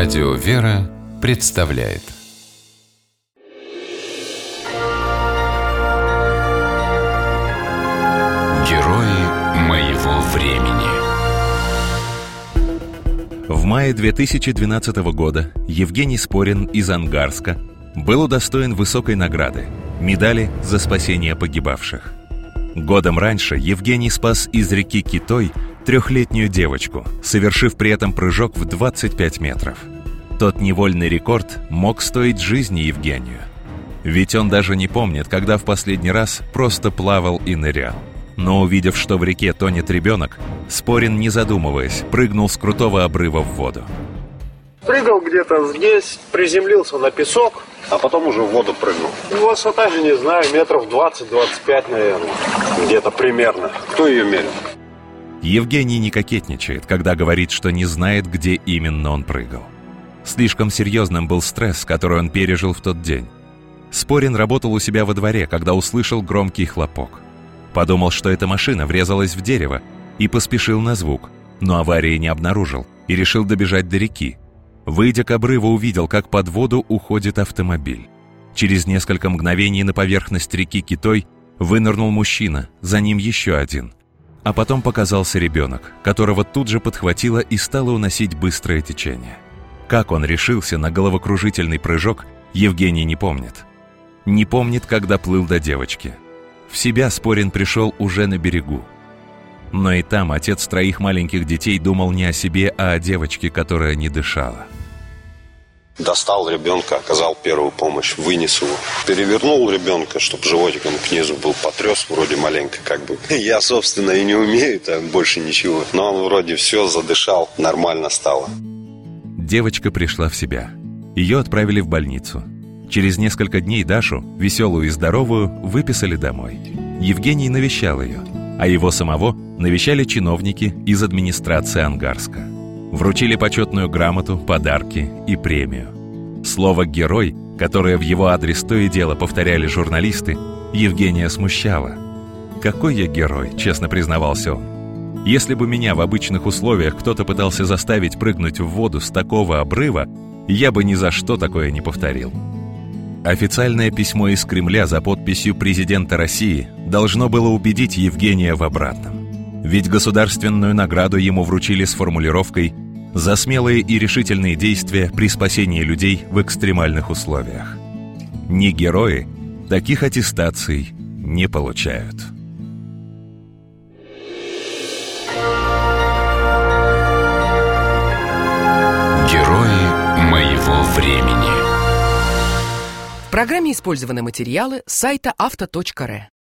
Радио «Вера» представляет Герои моего времени. В мае 2012 года Евгений Спорин из Ангарска был удостоен высокой награды – медали за спасение погибавших. Годом раньше Евгений спас из реки Китой 3-летнюю девочку, совершив при этом прыжок в 25 метров. Тот невольный рекорд мог стоить жизни Евгению. Ведь он даже не помнит, когда в последний раз просто плавал и нырял. Но увидев, что в реке тонет ребенок, Спорин, не задумываясь, прыгнул с крутого обрыва в воду. Прыгал где-то здесь, приземлился на песок, а потом уже в воду прыгнул. Высота же, не знаю, метров 20-25, наверное. Где-то примерно. Кто ее мерил? Евгений не кокетничает, когда говорит, что не знает, где именно он прыгал. Слишком серьезным был стресс, который он пережил в тот день. Спорин работал у себя во дворе, когда услышал громкий хлопок. Подумал, что эта машина врезалась в дерево, и поспешил на звук, но аварии не обнаружил и решил добежать до реки. Выйдя к обрыву, увидел, как под воду уходит автомобиль. Через несколько мгновений на поверхность реки Китой вынырнул мужчина, за ним еще один. А потом показался ребенок, которого тут же подхватило и стало уносить быстрое течение. Как он решился на головокружительный прыжок, Евгений не помнит. Не помнит, когда плыл до девочки. В себя Спорин пришел уже на берегу. Но и там отец 3 маленьких детей думал не о себе, а о девочке, которая не дышала. Достал ребенка, оказал первую помощь, вынес его. Перевернул ребенка, чтобы животиком к низу был, потряс вроде маленько как бы. Я, собственно, и не умею так больше ничего. Но он вроде все задышал, нормально стало. Девочка пришла в себя. Ее отправили в больницу. Через несколько дней Дашу, веселую и здоровую, выписали домой. Евгений навещал ее, а его самого навещали чиновники из администрации Ангарска. Вручили почетную грамоту, подарки и премию. Слово «герой», которое в его адрес то и дело повторяли журналисты, Евгения смущало. «Какой я герой», — честно признавался он. «Если бы меня в обычных условиях кто-то пытался заставить прыгнуть в воду с такого обрыва, я бы ни за что такое не повторил». Официальное письмо из Кремля за подписью президента России должно было убедить Евгения в обратном. Ведь государственную награду ему вручили с формулировкой «За смелые и решительные действия при спасении людей в экстремальных условиях». Не герои таких аттестаций не получают. Герои моего времени. В программе использованы материалы с сайта авто.ру.